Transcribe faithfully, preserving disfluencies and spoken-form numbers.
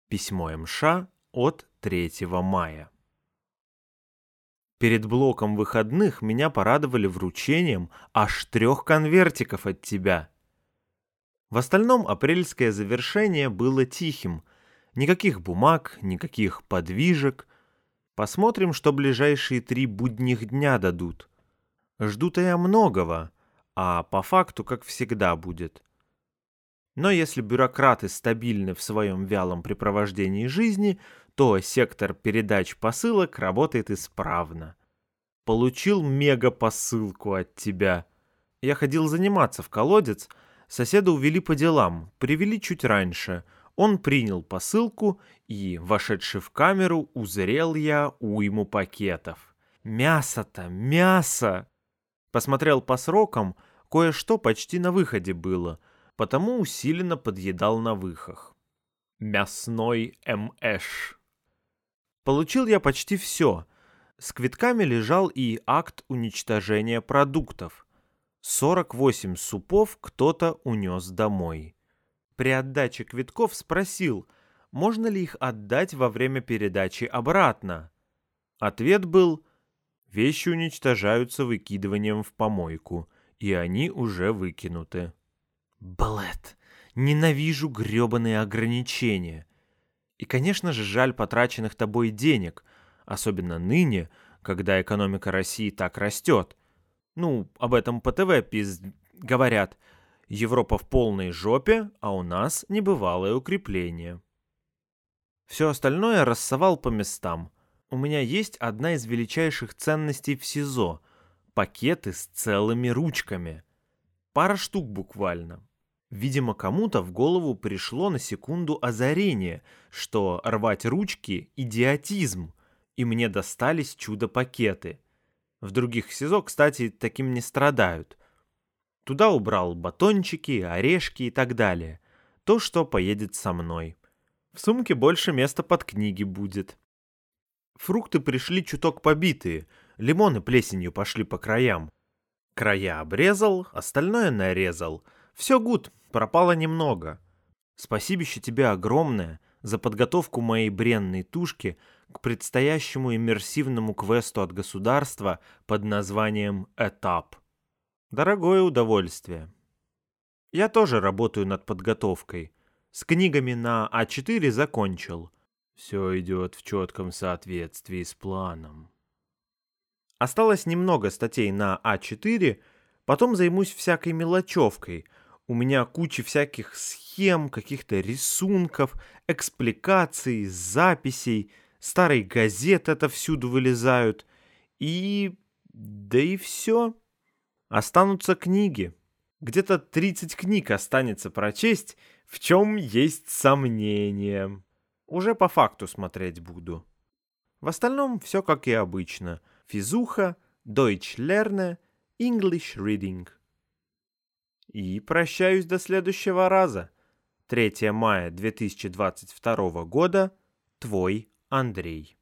Письмо МШ от третьего мая. Перед блоком выходных меня порадовали вручением аж трех конвертиков от тебя. В остальном апрельское завершение было тихим. Никаких бумаг, никаких подвижек. Посмотрим, что ближайшие три будних дня дадут. Жду-то я многого, а по факту, как всегда, будет. Но если бюрократы стабильны в своем вялом препровождении жизни, то сектор передач посылок работает исправно. Получил мега-посылку от тебя. Я ходил заниматься в колодец, соседа увели по делам, привели чуть раньше. Он принял посылку, и, вошедший в камеру, узрел я уйму пакетов. Мясо-то, мясо! Посмотрел по срокам, кое-что почти на выходе было, потому усиленно подъедал на выхах. Мясной МШ. Получил я почти все. С квитками лежал и акт уничтожения продуктов. сорок восемь супов кто-то унес домой. При отдаче квитков спросил, можно ли их отдать во время передачи обратно. Ответ был, вещи уничтожаются выкидыванием в помойку, и они уже выкинуты. Блэд, ненавижу грёбаные ограничения. И, конечно же, жаль потраченных тобой денег, особенно ныне, когда экономика России так растет. Ну, об этом по ТВ пиз... говорят. Европа в полной жопе, а у нас небывалое укрепление. Все остальное рассовал по местам. У меня есть одна из величайших ценностей в СИЗО — пакеты с целыми ручками. Пара штук буквально. Видимо, кому-то в голову пришло на секунду озарение, что рвать ручки — идиотизм, и мне достались чудо-пакеты. В других СИЗО, кстати, таким не страдают. Туда убрал батончики, орешки и так далее. То, что поедет со мной. В сумке больше места под книги будет. Фрукты пришли чуток побитые, лимоны плесенью пошли по краям. Края обрезал, остальное нарезал. Все гуд, пропало немного. Спасибище тебе огромное за подготовку моей бренной тушки к предстоящему иммерсивному квесту от государства под названием «Этап». Дорогое удовольствие. Я тоже работаю над подготовкой. С книгами на А четыре закончил. Все идет в четком соответствии с планом. Осталось немного статей на А четыре, потом займусь всякой мелочевкой. У меня куча всяких схем, каких-то рисунков, экспликаций, записей, старые газеты отовсюду вылезают. И... да и все. Останутся книги. Где-то тридцать книг останется прочесть, в чем есть сомнения. Уже по факту смотреть буду. В остальном все как и обычно. Физуха, Deutsch Lerne, English Reading. И прощаюсь до следующего раза. третьего мая две тысячи двадцать второго года. Твой Андрей.